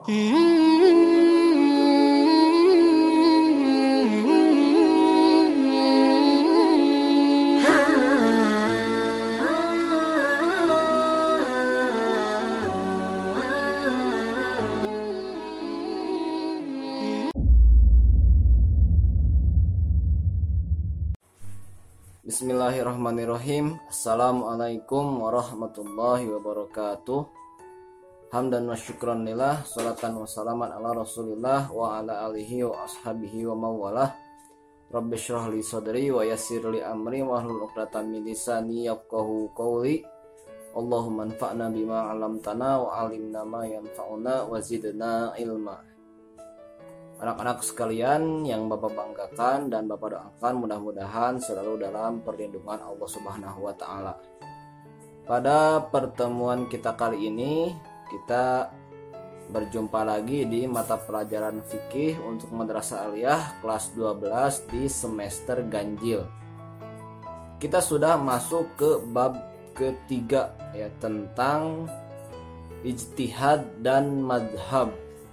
Bismillahirrahmanirrahim. Assalamualaikum warahmatullahi wabarakatuh. Hamdan wa syukran lillah, salatan wa salaman ala rasulillah wa ala alihi wa ashabihi wa mawalah. Rabbi syrah li sadri wa yassir li amri wa hlul 'uqdatam min lisani yafqahu qawli. Allahumma anfa'na bima 'allamtana wa 'allimna ma yanfa'una wa zidna ilma. Anak-anak sekalian yang Bapak banggakan dan Bapak doakan, mudah-mudahan selalu dalam perlindungan Allah Subhanahu wa Ta'ala. Pada pertemuan kita kali ini, kita berjumpa lagi di mata pelajaran fikih untuk Madrasah Aliyah kelas 12 di semester ganjil. Kita sudah masuk ke bab ketiga, ya, tentang ijtihad dan madhab.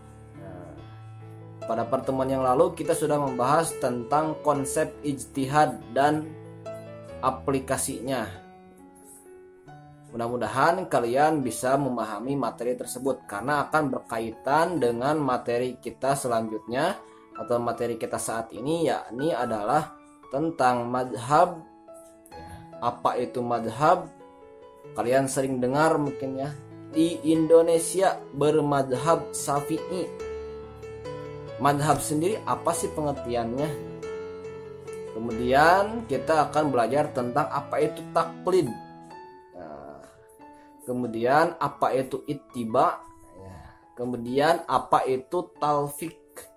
Pada pertemuan yang lalu kita sudah membahas tentang konsep ijtihad dan aplikasinya. Mudah-mudahan kalian bisa memahami materi tersebut karena akan berkaitan dengan materi kita selanjutnya atau materi kita saat ini, yakni adalah tentang madhab. Apa itu madhab? Kalian sering dengar mungkin ya, di Indonesia bermadhab Syafi'i. Madhab sendiri apa sih pengertiannya? Kemudian kita akan belajar tentang apa itu taklid. Kemudian apa itu ittiba. Kemudian apa itu talfik.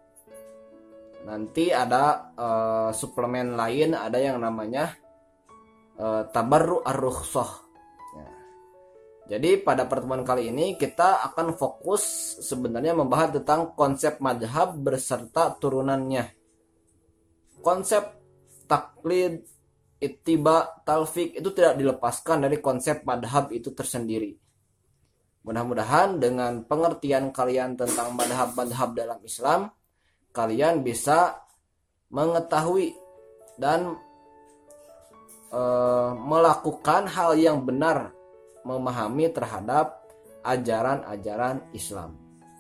Nanti ada suplemen lain, ada yang namanya tabarru ar-rukhsah. Jadi pada pertemuan kali ini kita akan fokus sebenarnya membahas tentang konsep madhab beserta turunannya. Konsep taklid, ittiba, talfik itu tidak dilepaskan dari konsep madhab itu tersendiri. Mudah-mudahan dengan pengertian kalian tentang madhab-madhab dalam Islam, kalian bisa mengetahui dan melakukan hal yang benar, memahami terhadap ajaran-ajaran Islam.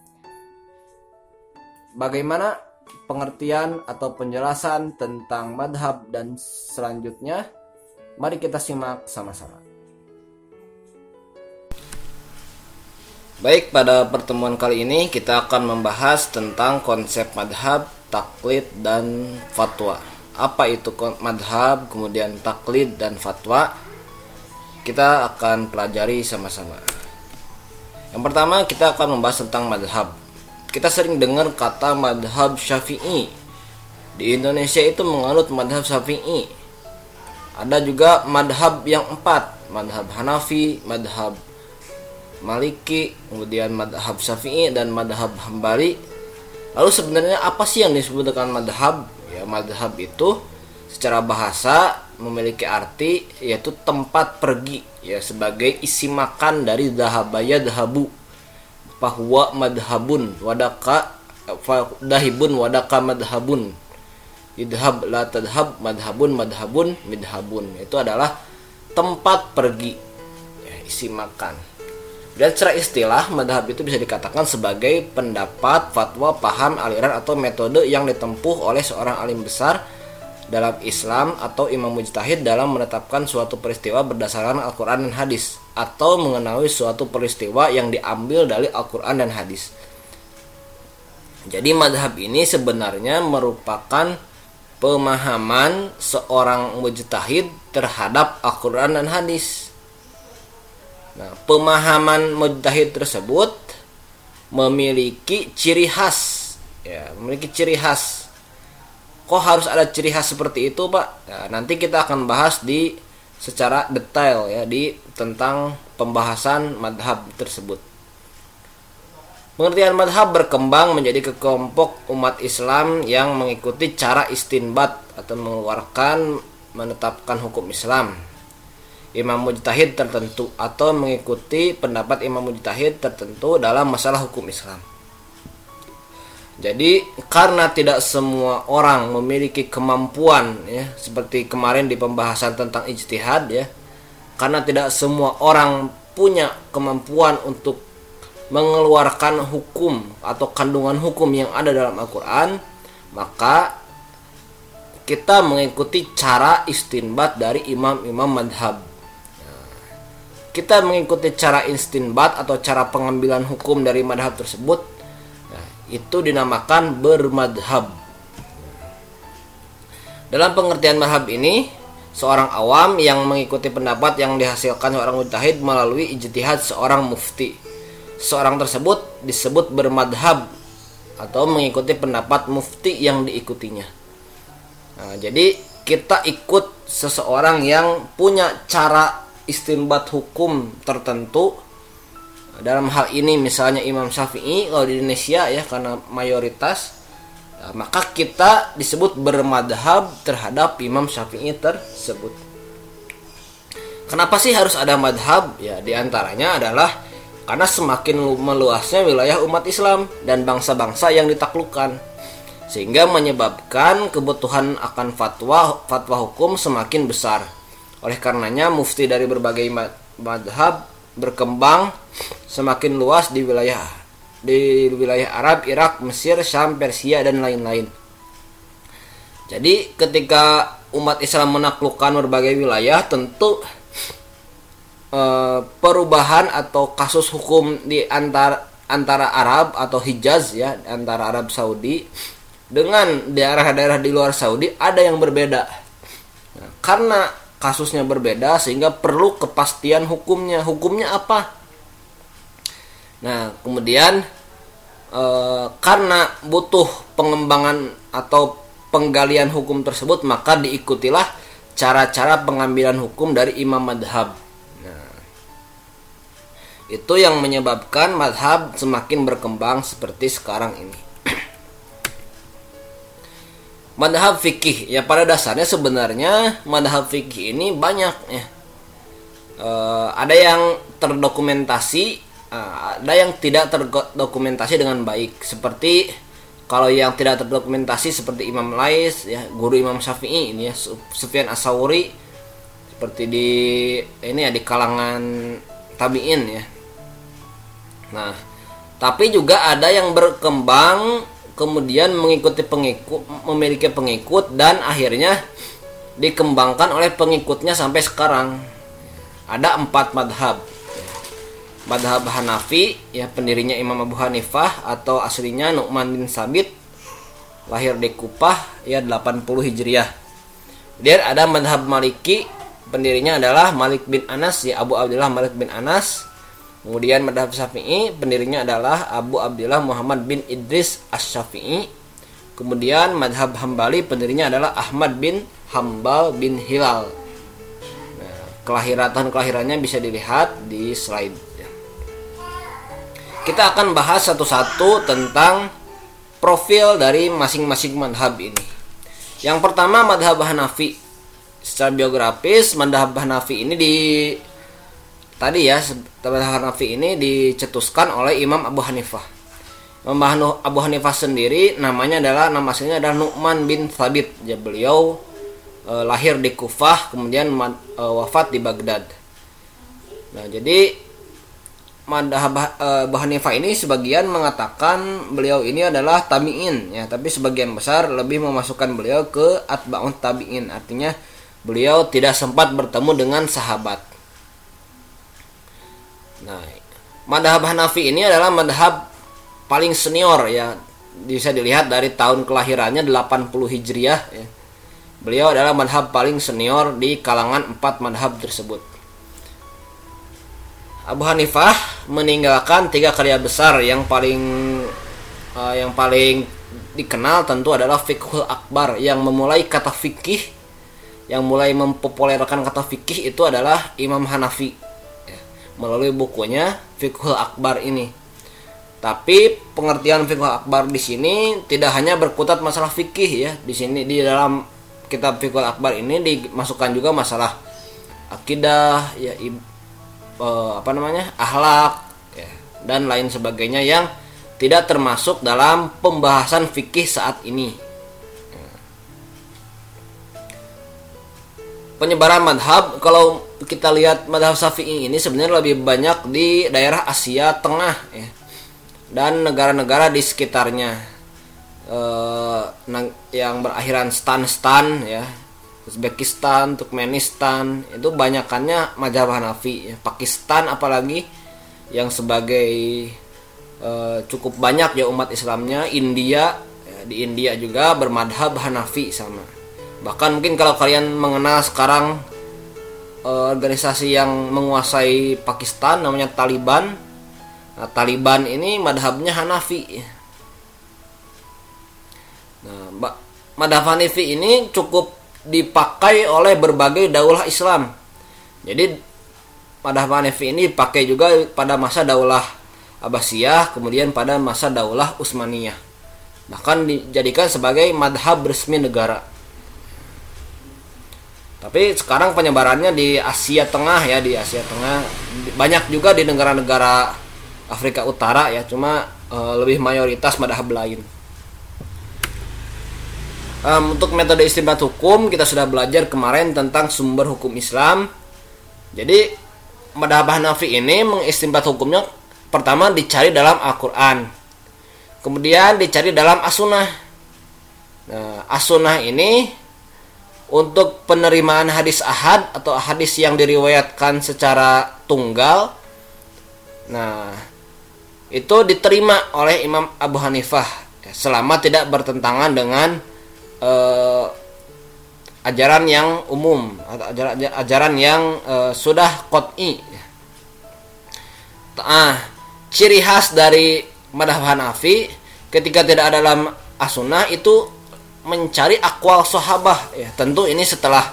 Bagaimana pengertian atau penjelasan tentang madhab dan selanjutnya? Mari kita simak sama-sama. Baik, pada pertemuan kali ini kita akan membahas tentang konsep madhab, taklid, dan fatwa. Apa itu madhab, kemudian taklid, dan fatwa? Kita akan pelajari sama-sama. Yang pertama kita akan membahas tentang madhab. Kita sering dengar kata madhab Syafi'i. Di Indonesia itu menganut madhab Syafi'i. Ada juga madhab yang 4, madhab Hanafi, madhab Maliki, kemudian madhab Syafi'i dan madhab Hambali. Lalu sebenarnya apa sih yang disebut dengan madhab? Ya, madhab itu secara bahasa memiliki arti yaitu tempat pergi, ya, sebagai isi makan dari dhahabaya dhahabu, bahwa madhabun wadaka dahibun wadaka madhabun, idhab la tadhab madhabun madhabun midhabun. Itu adalah tempat pergi, ya, isi makan. Dan secara istilah madhab itu bisa dikatakan sebagai pendapat, fatwa, paham, aliran atau metode yang ditempuh oleh seorang alim besar dalam Islam atau imam mujtahid dalam menetapkan suatu peristiwa berdasarkan Al-Quran dan hadis, atau mengenai suatu peristiwa yang diambil dari Al-Quran dan hadis. Jadi madhab ini sebenarnya merupakan pemahaman seorang mujtahid terhadap Al-Quran dan hadis. Nah, pemahaman mujtahid tersebut memiliki ciri khas, ya, memiliki ciri khas. Kok harus ada ciri khas seperti itu, Pak? Nah, nanti kita akan bahas di secara detail, ya, di tentang pembahasan madhab tersebut. Pengertian madhab berkembang menjadi kelompok umat Islam yang mengikuti cara istinbat atau menetapkan hukum Islam. Imam mujtahid tertentu atau mengikuti pendapat imam mujtahid tertentu dalam masalah hukum Islam. Jadi karena tidak semua orang memiliki kemampuan ya, seperti kemarin di pembahasan tentang ijtihad ya. Karena tidak semua orang punya kemampuan untuk mengeluarkan hukum atau kandungan hukum yang ada dalam Al-Qur'an, maka kita mengikuti cara istinbat dari imam-imam madhab. Kita mengikuti cara istinbat atau cara pengambilan hukum dari madhab tersebut, itu dinamakan bermadhab. Dalam pengertian madhab ini, seorang awam yang mengikuti pendapat yang dihasilkan seorang mujtahid melalui ijtihad seorang mufti. Seorang tersebut disebut bermadhab atau mengikuti pendapat mufti yang diikutinya. Nah, jadi kita ikut seseorang yang punya cara istinbat hukum tertentu. Dalam hal ini misalnya Imam Syafi'i kalau di Indonesia ya, karena mayoritas, maka kita disebut bermadhab terhadap Imam Syafi'i tersebut. Kenapa sih harus ada madhab? Ya, diantaranya adalah karena semakin meluasnya wilayah umat Islam dan bangsa-bangsa yang ditaklukkan, sehingga menyebabkan kebutuhan akan fatwa hukum semakin besar. Oleh karenanya mufti dari berbagai madhab berkembang semakin luas di wilayah Arab, Irak, Mesir, Syam, Persia, dan lain-lain. Jadi ketika umat Islam menaklukkan berbagai wilayah, tentu perubahan atau kasus hukum di antara Arab atau Hijaz ya, antara Arab Saudi dengan daerah-daerah di luar Saudi ada yang berbeda. Nah, karena kasusnya berbeda sehingga perlu kepastian hukumnya. Hukumnya apa? Nah, kemudian karena butuh pengembangan atau penggalian hukum tersebut, maka diikutilah cara-cara pengambilan hukum dari imam madhab. Itu yang menyebabkan madhab semakin berkembang seperti sekarang ini. Madhab fikih, ya pada dasarnya sebenarnya madhab fikih ini banyak ya. Ada yang terdokumentasi, ada yang tidak terdokumentasi dengan baik. Seperti kalau yang tidak terdokumentasi seperti Imam Lais ya, guru Imam Syafi'i ini ya, Sufyan As-Tsauri, seperti di kalangan tabi'in ya. Nah, tapi juga ada yang berkembang kemudian memiliki pengikut dan akhirnya dikembangkan oleh pengikutnya sampai sekarang. Ada 4 madhab. Madhab Hanafi ya, pendirinya Imam Abu Hanifah atau aslinya Nu'man bin Sabit, lahir di Kufah ya 80 Hijriah. Kemudian ada madhab Maliki, pendirinya adalah Malik bin Anas ya, Abu Abdullah Malik bin Anas. Kemudian madhab Syafi'i, pendirinya adalah Abu Abdullah Muhammad bin Idris Asy-Syafi'i. Kemudian madhab Hambali, pendirinya adalah Ahmad bin Hambal bin Hilal. Nah, kelahirannya bisa dilihat di slide. Kita akan bahas satu-satu tentang profil dari masing-masing madhab ini. Yang pertama madhab Hanafi. Secara biografis, madhab Hanafi ini madhab Hanafi ini dicetuskan oleh Imam Abu Hanifah. Imam Abu Hanifah sendiri nama aslinya adalah Nu'man bin Thabit. Ya, beliau lahir di Kufah, kemudian wafat di Baghdad. Nah, jadi madhab Abu Hanifah ini sebagian mengatakan beliau ini adalah tabi'in ya, tapi sebagian besar lebih memasukkan beliau ke atba'ut tabi'in. Artinya beliau tidak sempat bertemu dengan sahabat. Nah, madhab Hanafi ini adalah madhab paling senior ya, bisa dilihat dari tahun kelahirannya 80 Hijriah ya. Beliau adalah madhab paling senior di kalangan 4 madhab tersebut. Abu Hanifah meninggalkan 3 karya besar. Yang paling dikenal tentu adalah Fiqhul Akbar, yang memulai kata fikih, yang mulai mempopulerkan kata fikih itu adalah Imam Hanafi ya, melalui bukunya Fiqhul Akbar ini. Tapi pengertian Fiqhul Akbar di sini tidak hanya berkutat masalah fikih ya. Di sini di dalam kitab Fiqhul Akbar ini dimasukkan juga masalah akidah ya, akhlak ya, dan lain sebagainya yang tidak termasuk dalam pembahasan fikih saat ini. Penyebaran madhab, kalau kita lihat madhab Syafi'i ini sebenarnya lebih banyak di daerah Asia Tengah ya, dan negara-negara di sekitarnya yang berakhiran stan ya, Uzbekistan, Turkmenistan, itu banyakannya madhab Hanafi ya. Pakistan apalagi yang sebagai cukup banyak ya umat Islamnya. India ya, di India juga bermadhab Hanafi sama. Bahkan mungkin kalau kalian mengenal sekarang organisasi yang menguasai Pakistan namanya Taliban. Nah, Taliban ini madhabnya Hanafi. Nah, madhab Hanafi ini cukup dipakai oleh berbagai daulah Islam. Jadi madhab Hanafi ini dipakai juga pada masa daulah Abbasiyah, kemudian pada masa daulah Utsmaniyah. Bahkan dijadikan sebagai madhab resmi negara. Tapi sekarang penyebarannya di Asia Tengah ya, di Asia Tengah banyak juga di negara-negara Afrika Utara ya, cuma lebih mayoritas madhab lain. Untuk metode istinbat hukum kita sudah belajar kemarin tentang sumber hukum Islam. Jadi madhab Hanafi ini mengistinbat hukumnya pertama dicari dalam Al-Quran, kemudian dicari dalam As-Sunnah. Nah, As-Sunnah ini untuk penerimaan hadis ahad atau hadis yang diriwayatkan secara tunggal, nah itu diterima oleh Imam Abu Hanifah selama tidak bertentangan dengan ajaran yang umum atau ajaran yang sudah qot'i. Ciri khas dari madhab Hanafi ketika tidak ada dalam As-Sunnah itu mencari akwal sahabah ya. Tentu ini setelah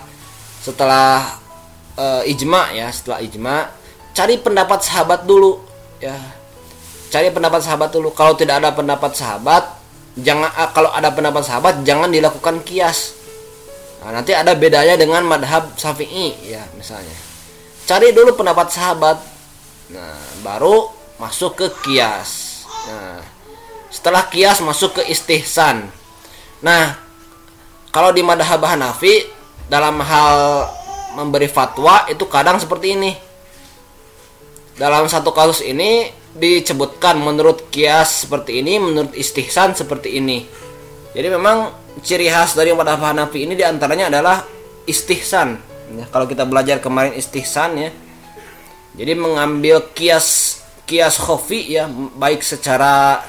ijma ya, setelah ijma cari pendapat sahabat dulu ya. Cari pendapat sahabat dulu. Kalau tidak ada pendapat sahabat, kalau ada pendapat sahabat jangan dilakukan kias. Nah, nanti ada bedanya dengan madhab Syafi'i ya misalnya. Cari dulu pendapat sahabat. Nah, baru masuk ke kias. Nah, setelah kias masuk ke istihsan. Nah, kalau di madhab Hanafi dalam hal memberi fatwa itu kadang seperti ini. Dalam satu kasus ini disebutkan menurut kias seperti ini, menurut istihsan seperti ini. Jadi memang ciri khas dari madhab Hanafi ini diantaranya adalah istihsan. Ya, kalau kita belajar kemarin istihsan ya. Jadi mengambil kias khafi ya, baik secara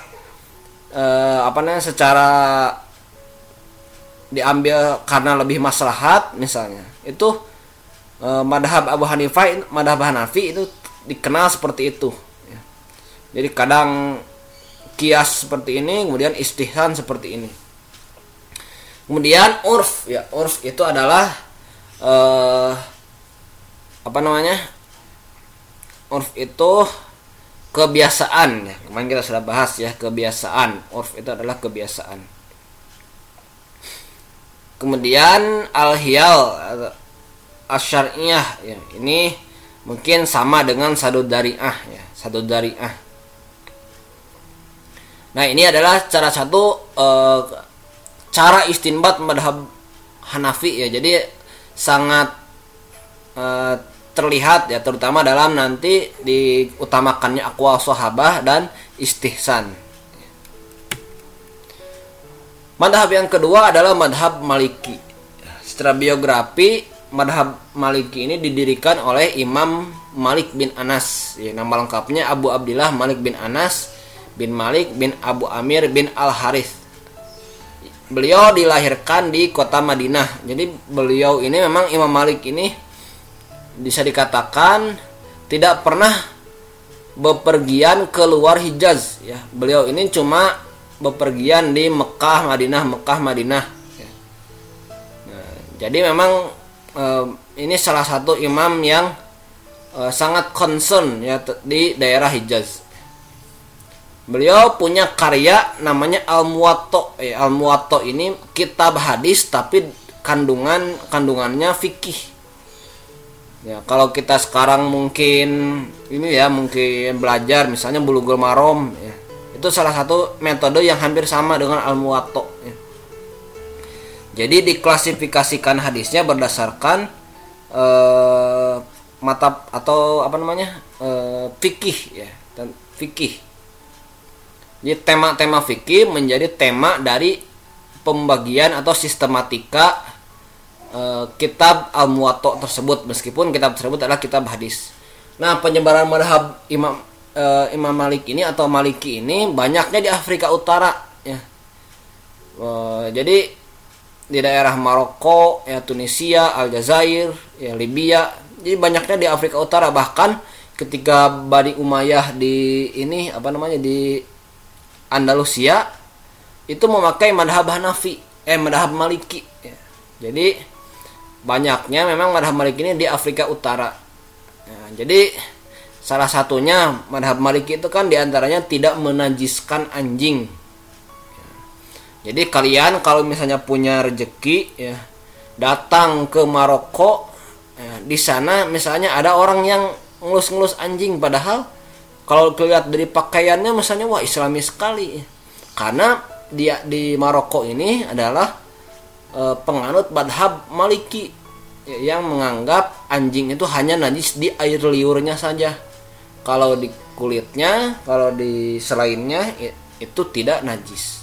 secara diambil karena lebih maslahat misalnya. Itu madhab Hanafi itu dikenal seperti itu ya. Jadi kadang kias seperti ini, kemudian istihsan seperti ini. Kemudian urf ya, urf itu adalah urf itu kebiasaan ya. Kemarin kita sudah bahas ya, kebiasaan. Urf itu adalah kebiasaan. Kemudian al-hiyal asyariyah ya, ini mungkin sama dengan sadud dari'ah ya, sadud dari'ah. Nah, ini adalah cara satu cara istinbat madhab Hanafi ya. Jadi sangat terlihat ya, terutama dalam nanti diutamakannya aqwal sahabah dan istihsan. Madhab yang kedua adalah madhab Maliki. Secara biografi, madhab Maliki ini didirikan oleh Imam Malik bin Anas ya, nama lengkapnya Abu Abdillah Malik bin Anas bin Malik bin Abu Amir bin Al-Harith. Beliau dilahirkan di kota Madinah. Jadi beliau ini memang Imam Malik ini bisa dikatakan tidak pernah bepergian keluar Hijaz ya. Beliau ini cuma bepergian di Mekah Madinah. Nah, jadi memang ini salah satu imam yang sangat concern ya di daerah Hijaz. Beliau punya karya namanya Al-Muwatta. Al-Muwatta ini kitab hadis tapi kandungannya fikih. Ya, kalau kita sekarang mungkin belajar misalnya Bulughul Maram ya. Itu salah satu metode yang hampir sama dengan Al-Muwatta ya. Jadi diklasifikasikan hadisnya berdasarkan mata atau fikih ya, dan fikih. Jadi tema-tema fikih menjadi tema dari pembagian atau sistematika kitab Al-Muwatta tersebut, meskipun kitab tersebut adalah kitab hadis. Nah, penyebaran mazhab Imam Malik ini atau Maliki ini banyaknya di Afrika Utara ya. Jadi di daerah Maroko, ya, Tunisia, Aljazair, ya, Libya. Jadi banyaknya di Afrika Utara. Bahkan ketika Bani Umayyah di Andalusia itu memakai madhab madhab Maliki ya. Jadi banyaknya memang madhab Maliki ini di Afrika Utara ya. Jadi salah satunya madhab Maliki itu kan diantaranya tidak menajiskan anjing ya. Jadi kalian kalau misalnya punya rezeki ya, datang ke Maroko ya, di sana misalnya ada orang yang ngelus-ngelus anjing, padahal kalau dilihat dari pakaiannya misalnya wah Islami sekali. Karena dia di Maroko ini adalah penganut madhab Maliki yang menganggap anjing itu hanya najis di air liurnya saja. Kalau di kulitnya, kalau di selainnya itu tidak najis.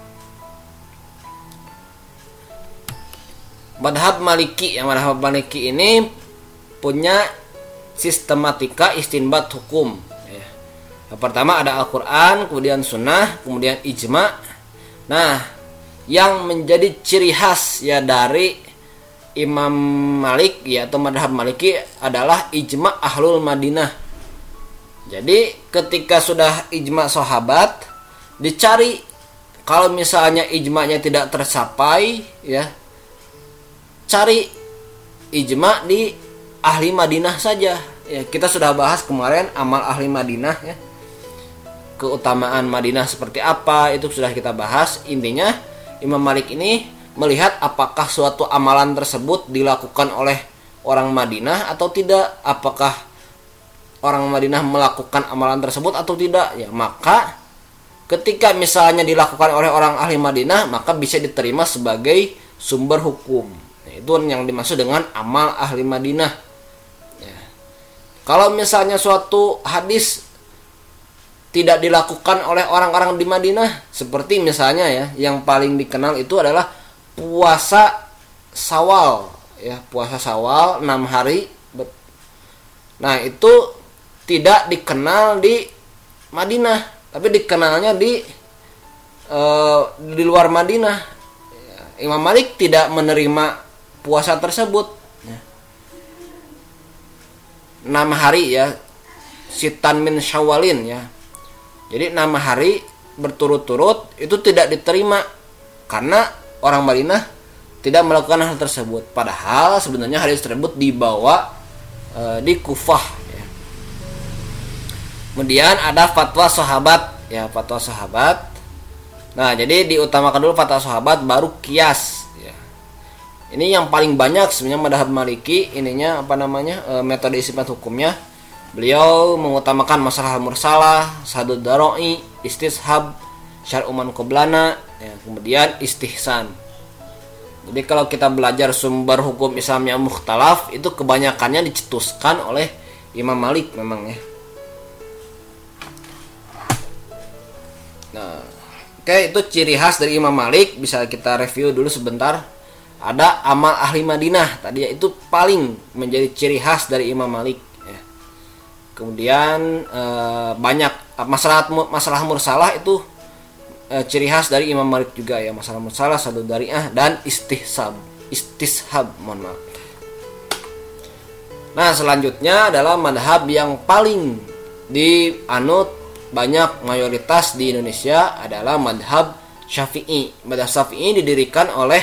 Madhab Maliki ini punya sistematika istinbat hukum. Yang pertama ada Al-Quran, kemudian Sunnah, kemudian Ijma. Nah, yang menjadi ciri khas ya dari Imam Malik ya atau madhab Maliki adalah Ijma Ahlul Madinah. Jadi ketika sudah ijma sahabat, dicari kalau misalnya ijma'nya tidak tercapai ya, cari ijma di ahli Madinah saja. Ya, kita sudah bahas kemarin amal ahli Madinah ya. Keutamaan Madinah seperti apa itu sudah kita bahas. Intinya Imam Malik ini melihat apakah suatu amalan tersebut dilakukan oleh orang Madinah atau tidak, apakah orang Madinah melakukan amalan tersebut atau tidak ya. Maka ketika misalnya dilakukan oleh orang ahli Madinah, maka bisa diterima sebagai sumber hukum. Nah, itu yang dimaksud dengan amal ahli Madinah ya. Kalau misalnya suatu hadis tidak dilakukan oleh orang-orang di Madinah, seperti misalnya ya, yang paling dikenal itu adalah puasa Syawal ya, puasa Syawal 6 hari. Nah, itu tidak dikenal di Madinah, tapi dikenalnya di luar Madinah. Imam Malik tidak menerima puasa tersebut. 6 hari ya, sitan min syawalin ya. Jadi 6 hari berturut-turut itu tidak diterima karena orang Madinah tidak melakukan hal tersebut. Padahal sebenarnya hadis tersebut dibawa di Kufah ya. Kemudian ada fatwa sahabat ya, fatwa sahabat. Nah, jadi diutamakan dulu fatwa sahabat baru kias ya. Ini yang paling banyak sebenarnya madhab Maliki ininya metode istinbat hukumnya. Beliau mengutamakan masalah mursalah, sadud daro'i, istishab, syar'uman qoblana ya, kemudian istihsan. Jadi kalau kita belajar sumber hukum Islam yang mukhtalaf, itu kebanyakannya dicetuskan oleh Imam Malik memang ya. Nah, oke, itu ciri khas dari Imam Malik. Bisa kita review dulu sebentar. Ada amal ahli Madinah tadi ya, itu paling menjadi ciri khas dari Imam Malik. Kemudian banyak masalah mursalah itu ciri khas dari Imam Malik juga ya, masalah mursalah, sadud dari'ah dan istishab, mohon maaf. Nah, selanjutnya adalah madhab yang paling dianut banyak mayoritas di Indonesia adalah madhab Syafi'i. Madhab Syafi'i didirikan oleh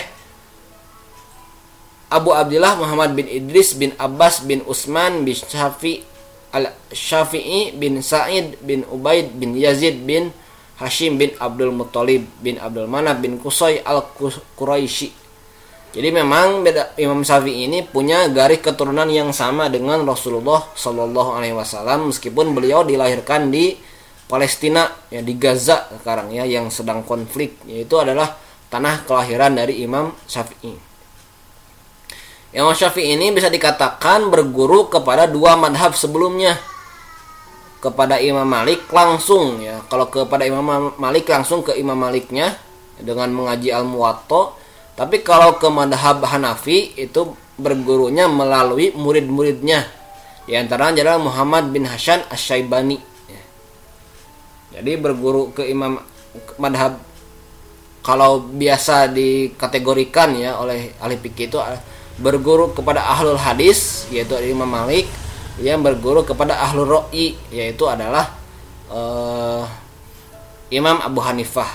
Abu Abdillah Muhammad bin Idris bin Abbas bin Utsman bin Al-Syafi'i bin Sa'id bin Ubaid bin Yazid bin Hashim bin Abdul Muttalib bin Abdul Manaf bin Qusay al-Quraisy. Jadi memang Imam Syafi'i ini punya garis keturunan yang sama dengan Rasulullah Shallallahu Alaihi Wasallam, meskipun beliau dilahirkan di Palestina ya, di Gaza sekarang ya yang sedang konflik, yaitu adalah tanah kelahiran dari Imam Syafi'i. Imam Syafi'i ini bisa dikatakan berguru kepada dua madhab sebelumnya. Kepada Imam Malik langsung ya. Kalau kepada Imam Malik langsung ke Imam Maliknya dengan mengaji Al-Muwatta. Tapi kalau ke madhab Hanafi itu bergurunya melalui murid-muridnya. Di antaranya adalah Muhammad bin Hasan Asy-Syaibani. Jadi berguru ke Imam madhab, kalau biasa dikategorikan ya oleh ahli fikih itu berguru kepada ahlul hadis, yaitu Imam Malik, yang berguru kepada ahlul ro'i, yaitu adalah Imam Abu Hanifah.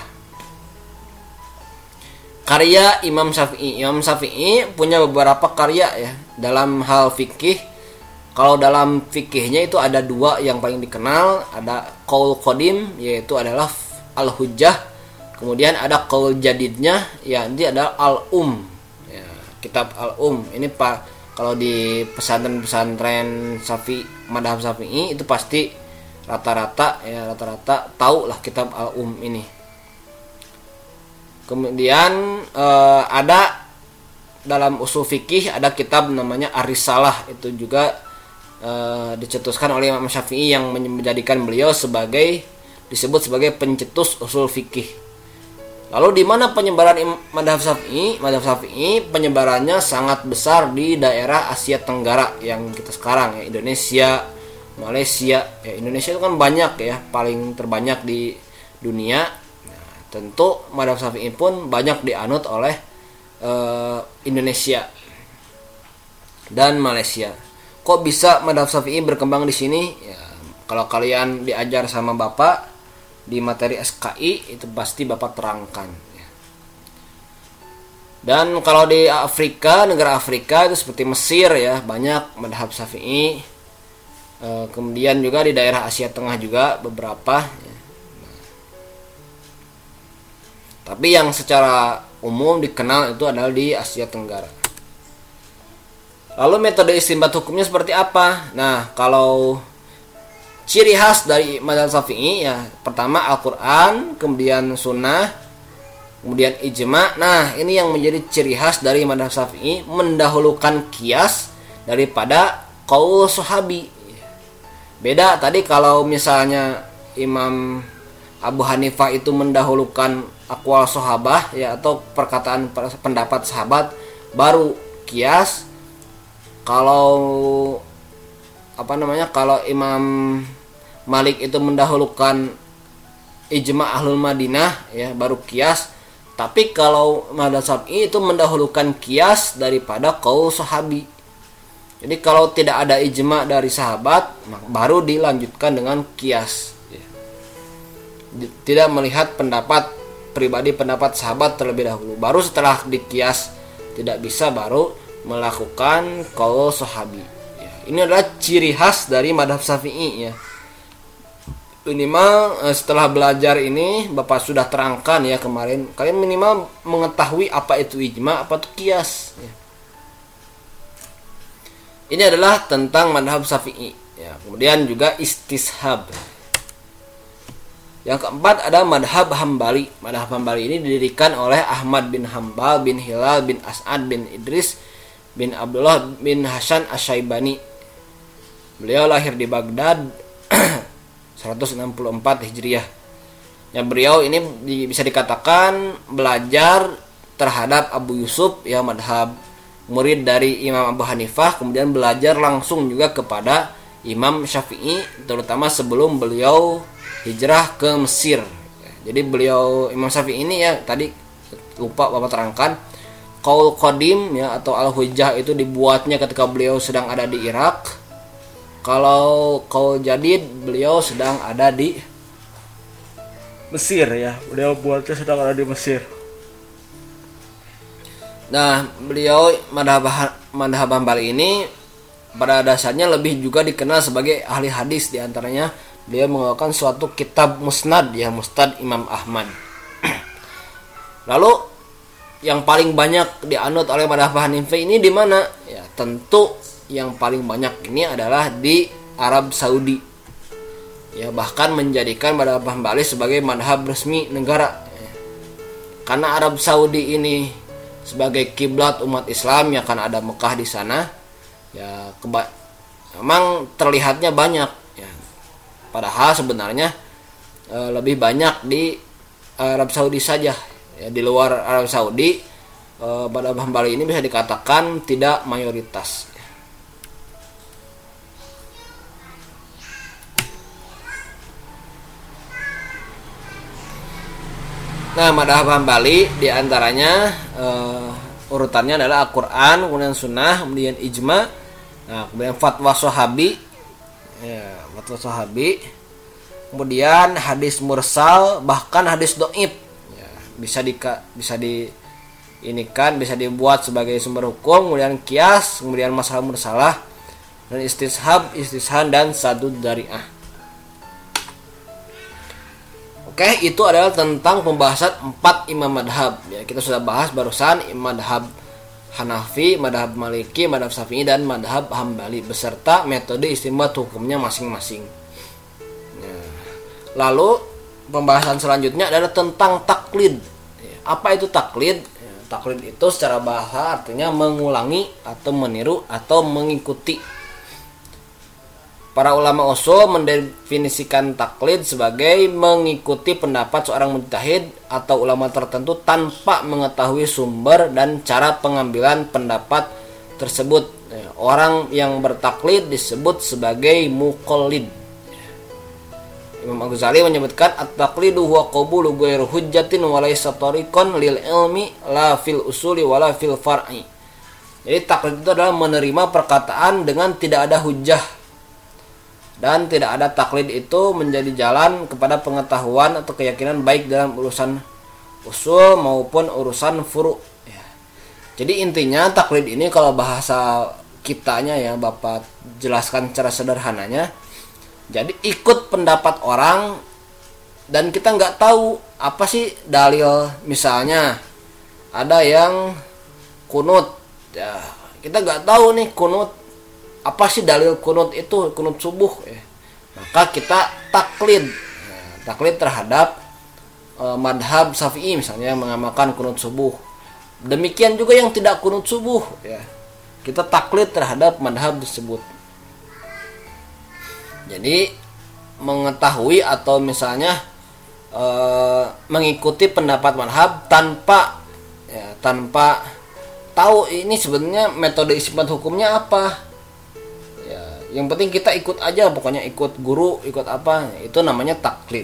Karya Imam Syafi'i punya beberapa karya ya dalam hal fikih. Kalau dalam fikihnya itu ada dua yang paling dikenal, ada qaul qadim, yaitu adalah al-hujjah, kemudian ada qaul jadidnya, yaitu adalah al-um. Kitab Al-Um ini Pak, kalau di pesantren-pesantren madhab Syafi'i itu pasti rata-rata tahu lah kitab Al-Um ini. Kemudian ada dalam usul fikih ada kitab namanya Ar-Risalah, itu juga dicetuskan oleh Imam Syafi'i yang menjadikan beliau disebut sebagai pencetus usul fikih. Lalu di mana penyebaran madhab Syafi'i? Penyebarannya sangat besar di daerah Asia Tenggara yang kita sekarang ya, Indonesia, Malaysia. Ya, Indonesia itu kan banyak ya, paling terbanyak di dunia. Nah, tentu madhab Syafi'i pun banyak dianut oleh Indonesia dan Malaysia. Kok bisa madhab Syafi'i berkembang di sini? Ya, kalau kalian diajar sama Bapak di materi SKI itu pasti Bapak terangkan ya. Dan kalau di Afrika, negara Afrika itu seperti Mesir ya, banyak madhab Syafi'i. Kemudian juga di daerah Asia Tengah juga beberapa ya. Tapi yang secara umum dikenal itu adalah di Asia Tenggara. Lalu metode istinbat hukumnya seperti apa? Nah, kalau ciri khas dari madhab Syafi'i ya, pertama Al-Quran, kemudian Sunnah, kemudian Ijma. Nah, ini yang menjadi ciri khas dari madhab Syafi'i, mendahulukan qiyas daripada qaul sahabi. Beda tadi kalau misalnya Imam Abu Hanifah itu mendahulukan aqwal sahabah ya, atau perkataan pendapat sahabat baru qiyas. Kalau kalau Imam Malik itu mendahulukan ijma ahlul Madinah ya, baru qiyas. Tapi kalau madhab Syafi'i itu mendahulukan qiyas daripada qaul sahabi. Jadi kalau tidak ada ijma dari sahabat, baru dilanjutkan dengan qiyas ya. Tidak melihat pendapat pribadi, pendapat sahabat terlebih dahulu. Baru setelah diqiyas tidak bisa, baru melakukan qaul sahabi. Ini adalah ciri khas dari madhab Syafi'i ya. Minimal setelah belajar ini Bapak sudah terangkan ya kemarin, kalian minimal mengetahui apa itu ijma, apa itu qiyas ya. Ini adalah tentang madhab Syafi'i ya. Kemudian juga istishab. Yang keempat ada madhab Hambali. Madhab Hambali ini didirikan oleh Ahmad bin Hambal bin Hilal bin As'ad bin Idris bin Abdullah bin Hasan Asy-Syaibani. Beliau lahir di Baghdad 164 Hijriah. Ya, beliau ini bisa dikatakan belajar terhadap Abu Yusuf ya, madhab murid dari Imam Abu Hanifah, kemudian belajar langsung juga kepada Imam Syafi'i, terutama sebelum beliau hijrah ke Mesir. Jadi beliau Imam Syafi'i ini ya, tadi lupa Bapak terangkan, qaul qadim ya atau al-hujjah itu dibuatnya ketika beliau sedang ada di Irak. Kalau qaul jadid beliau sedang ada di Mesir ya, beliau buatnya sedang ada di Mesir. Nah, beliau madhab Hambali ini pada dasarnya lebih juga dikenal sebagai ahli hadis. Di antaranya beliau mengeluarkan suatu kitab musnad ya, Musnad Imam Ahmad. Lalu yang paling banyak dianut oleh madhab Hanifah ini di mana? Ya, tentu yang paling banyak ini adalah di Arab Saudi. ya bahkan menjadikan madhab Hambali sebagai madhab resmi negara. Karena Arab Saudi ini sebagai kiblat umat Islam, ya kan ada Mekah di sana, ya memang terlihatnya banyak, ya. Padahal sebenarnya lebih banyak di Arab Saudi saja, ya. Di luar Arab Saudi madhab Hambali ini bisa dikatakan tidak mayoritas. Nah, madhab Hambali diantaranya urutannya adalah Al-Quran, kemudian Sunnah, kemudian Ijma, nah, kemudian fatwa Sahabi, ya, fatwa Sahabi, kemudian hadis mursal, bahkan hadis doib, ya, bisa dibuat sebagai sumber hukum, kemudian kias, kemudian masalah mursalah, dan istishan dan sadud dari'ah. Oke, itu adalah tentang pembahasan 4 imam madhab. Ya, kita sudah bahas barusan madhab Hanafi, madhab Maliki, madhab Syafi'i, dan madhab Hambali beserta metode istinbat hukumnya masing-masing. Ya. Lalu pembahasan selanjutnya adalah tentang taklid. Ya, apa itu taklid? Ya, taklid itu secara bahasa artinya mengulangi atau meniru atau mengikuti. Para ulama usul mendefinisikan taklid sebagai mengikuti pendapat seorang mujtahid atau ulama tertentu tanpa mengetahui sumber dan cara pengambilan pendapat tersebut. Orang yang bertaklid disebut sebagai muqallid. Imam Al-Ghazali menyebutkan at-taqlidu huwa qabulu ghairu hujjatin wa laysa tariqan lil ilmi la fil usuli wala fil far'i. Jadi taklid itu adalah menerima perkataan dengan tidak ada hujjah, dan tidak ada taklid itu menjadi jalan kepada pengetahuan atau keyakinan baik dalam urusan usul maupun urusan furu', ya. Jadi intinya taklid ini kalau bahasa kitanya, ya Bapak jelaskan secara sederhananya, jadi ikut pendapat orang dan kita nggak tahu apa sih dalil. Misalnya ada yang kunut, ya kita nggak tahu nih kunut apa sih dalil kunut itu, kunut subuh, ya. Maka kita taklid, ya, taklid terhadap madhab Syafi'i misalnya yang mengamalkan kunut subuh. Demikian juga yang tidak kunut subuh, ya, kita taklid terhadap madhab tersebut. Jadi mengetahui atau misalnya mengikuti pendapat madhab tanpa tahu ini sebenarnya metode istinbat hukumnya apa. Yang penting kita ikut aja, pokoknya ikut guru, ikut apa, itu namanya taklid.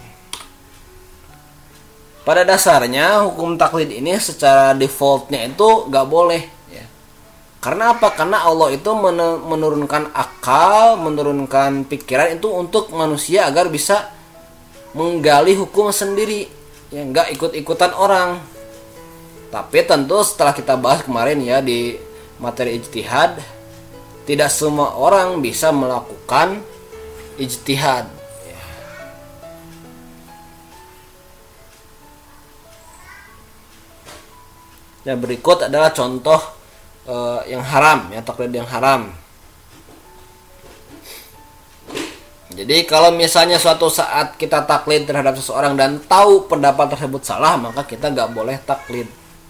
Pada dasarnya hukum taklid ini secara defaultnya itu gak boleh, ya. Karena apa? Karena Allah itu menurunkan akal, menurunkan pikiran itu untuk manusia agar bisa menggali hukum sendiri, ya, gak ikut-ikutan orang. Tapi tentu setelah kita bahas kemarin, ya, di materi ijtihad, tidak semua orang bisa melakukan ijtihad. Ya, berikut adalah contoh yang haram, ya, taklid yang haram. Jadi kalau misalnya suatu saat kita taklid terhadap seseorang dan tahu pendapat tersebut salah, maka kita nggak boleh taklid.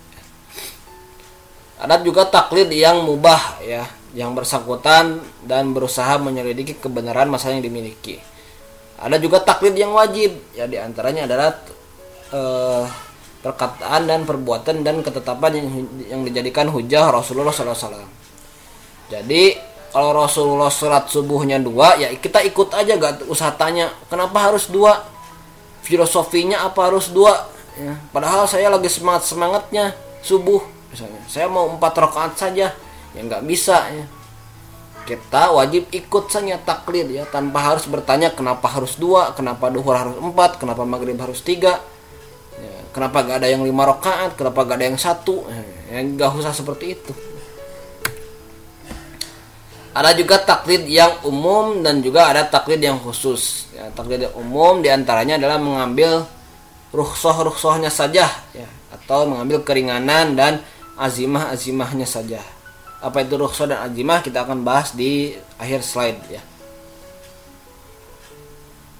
Ada juga taklid yang mubah, ya, yang bersangkutan dan berusaha menyelidiki kebenaran masalah yang dimiliki. Ada juga taklid yang wajib, ya, diantaranya adalah perkataan dan perbuatan dan ketetapan yang dijadikan hujah Rasulullah SAW. Jadi kalau Rasulullah sholat subuhnya 2, ya kita ikut aja, gak usah tanya kenapa harus 2, filosofinya apa harus 2, ya. Padahal saya lagi semangatnya subuh misalnya, saya mau 4 rakaat saja, ya nggak bisa, ya. Kita wajib ikut saja taklid, ya, tanpa harus bertanya kenapa harus 2, kenapa duhur harus 4, kenapa maghrib harus 3, ya, kenapa gak ada yang 5 rakaat, kenapa gak ada yang 1, ya, nggak usah seperti itu. Ada juga taklid yang umum dan juga ada taklid yang khusus, ya. Taklid yang umum diantaranya adalah mengambil rukhsah-rukhsahnya saja, ya, atau mengambil keringanan dan azimah-azimahnya saja. Apa itu rukhsah dan azimah kita akan bahas di akhir slide, ya.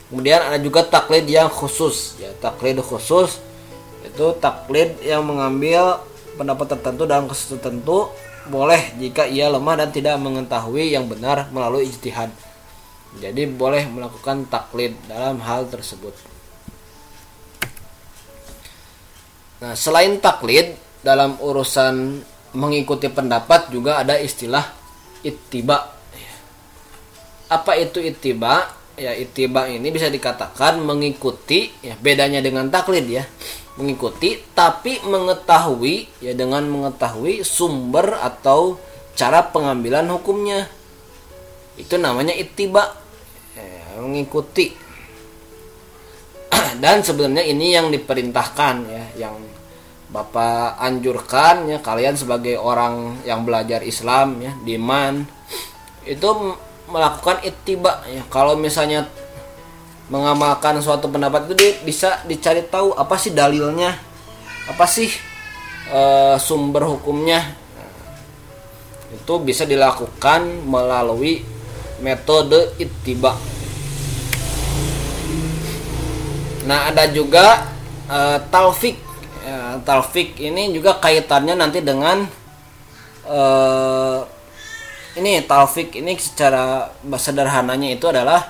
Kemudian ada juga taklid yang khusus ya. Taklid khusus itu taklid yang mengambil pendapat tertentu dalam kasus tertentu, boleh jika ia lemah dan tidak mengetahui yang benar melalui ijtihad. Jadi boleh melakukan taklid dalam hal tersebut. Nah, selain taklid dalam urusan mengikuti pendapat juga ada istilah ittiba. Apa itu ittiba? Ya, ittiba ini bisa dikatakan mengikuti ya, bedanya dengan taklid ya. Mengikuti tapi mengetahui ya, dengan mengetahui sumber atau cara pengambilan hukumnya. Itu namanya ittiba. Ya, mengikuti. Dan sebenarnya ini yang diperintahkan ya, yang Bapak anjurkan ya, kalian sebagai orang yang belajar Islam ya, di MAN itu melakukan ittiba ya. Kalau misalnya mengamalkan suatu pendapat itu bisa dicari tahu apa sih dalilnya, apa sih sumber hukumnya. Nah, itu bisa dilakukan melalui metode ittiba. Nah, ada juga talfik ya, talfik ini juga kaitannya nanti dengan ini talfik ini secara sederhananya itu adalah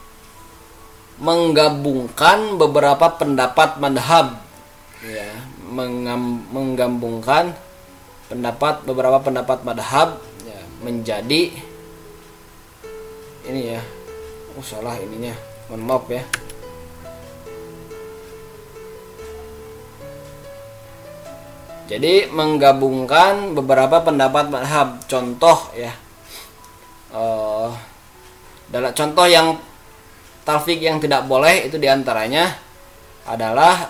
menggabungkan beberapa pendapat madhab ya, menggabungkan beberapa pendapat madhab ya, menjadi ini ya, salah ininya, mohon maaf ya. Jadi menggabungkan beberapa pendapat madhab. Contoh ya, dalam contoh yang talfik yang tidak boleh itu diantaranya adalah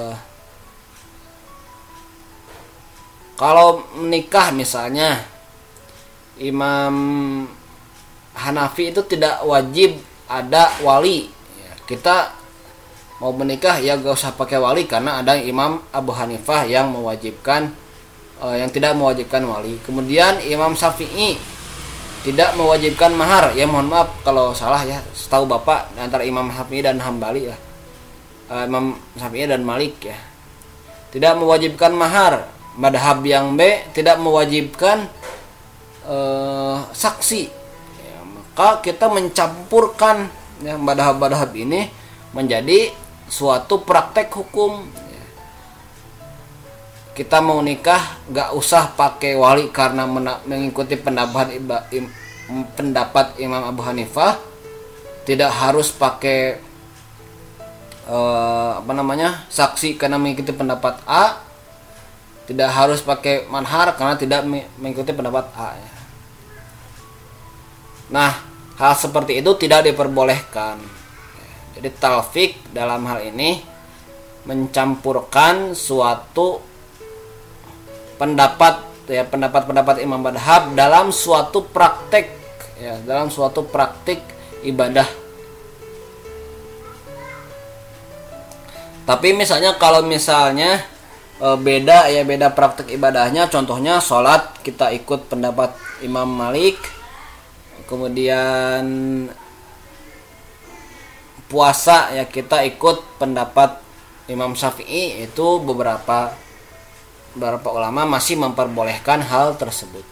kalau menikah misalnya Imam Hanafi itu tidak wajib ada wali ya, kita mau menikah ya gak usah pakai wali karena ada Imam Abu Hanifah yang mewajibkan yang tidak mewajibkan wali. Kemudian Imam Syafi'i tidak mewajibkan mahar. Ya mohon maaf kalau salah ya. Setahu Bapak antara Imam Syafi'i dan Hambali ya. Imam Syafi'i dan Malik ya. Tidak mewajibkan mahar. Madhab yang B tidak mewajibkan saksi. Ya, maka kita mencampurkan ya, madhab-madhab ini menjadi suatu praktek hukum. Kita mau nikah gak usah pakai wali karena mengikuti pendapat Imam Abu Hanifah. Tidak harus pakai saksi karena mengikuti pendapat A. Tidak harus pakai manhar karena tidak mengikuti pendapat A ya. Nah, hal seperti itu tidak diperbolehkan. Jadi talfik dalam hal ini mencampurkan suatu pendapat Imam madhab dalam suatu praktek ya, dalam suatu praktik ibadah. Tapi misalnya kalau misalnya beda praktek ibadahnya, contohnya sholat kita ikut pendapat Imam Malik, kemudian puasa ya kita ikut pendapat Imam Syafi'i, itu beberapa ulama masih memperbolehkan hal tersebut.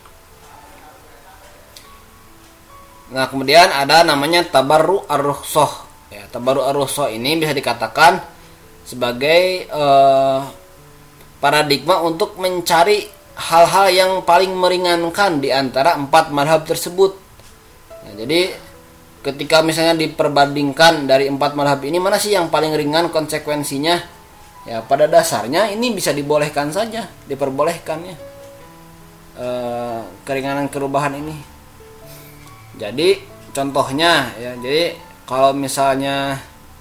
Nah, kemudian ada namanya tabarru ar-rukhsah. Ya, tabarru ar-rukhsah ini bisa dikatakan sebagai paradigma untuk mencari hal-hal yang paling meringankan di antara 4 mazhab tersebut. Nah, jadi ketika misalnya diperbandingkan dari 4 mazhab ini, mana sih yang paling ringan konsekuensinya? Ya, pada dasarnya ini bisa dibolehkan saja, diperbolehkan ya, keringanan perubahan ini. Jadi contohnya ya, jadi kalau misalnya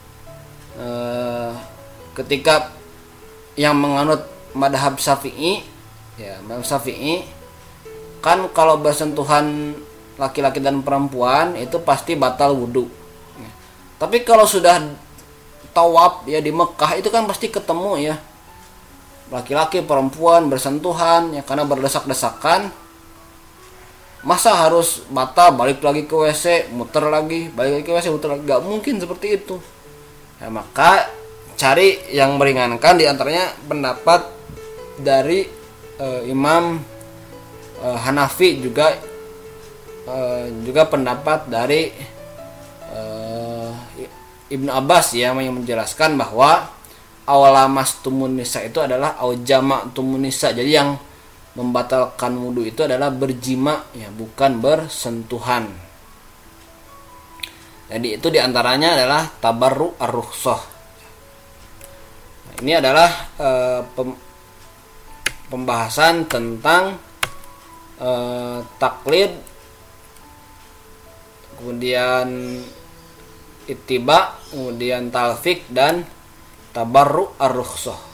ketika yang menganut madhab Syafi'i ya, madhab Syafi'i kan kalau bersentuhan laki-laki dan perempuan itu pasti batal wudhu ya. Tapi kalau sudah tawaf ya di Mekah itu kan pasti ketemu ya laki-laki perempuan bersentuhan ya, karena berdesak-desakan Masa harus batal balik lagi ke WC, muter lagi, balik lagi ke WC, muter lagi? Gak mungkin seperti itu. Ya, maka cari yang meringankan, diantaranya pendapat dari Imam Hanafi, juga pendapat dari Ibnu Abbas ya, yang menjelaskan bahwa awalamas tumun nisa itu adalah aujama tumun nisa. Jadi yang membatalkan wudu itu adalah berjima ya, bukan bersentuhan. Jadi itu diantaranya adalah tabarru ar-rukhsah. Nah, ini adalah pembahasan tentang taklid, kemudian ittiba, kemudian talfik, dan tabarru ar-rukhsah.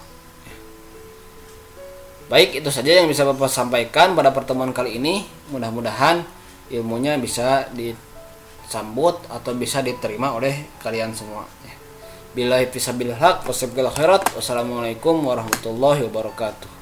Baik, itu saja yang bisa Bapak sampaikan pada pertemuan kali ini. Mudah-mudahan ilmunya bisa disambut atau bisa diterima oleh kalian semua. Billahi fisabilillah haq, wassalamualaikum warahmatullahi wabarakatuh.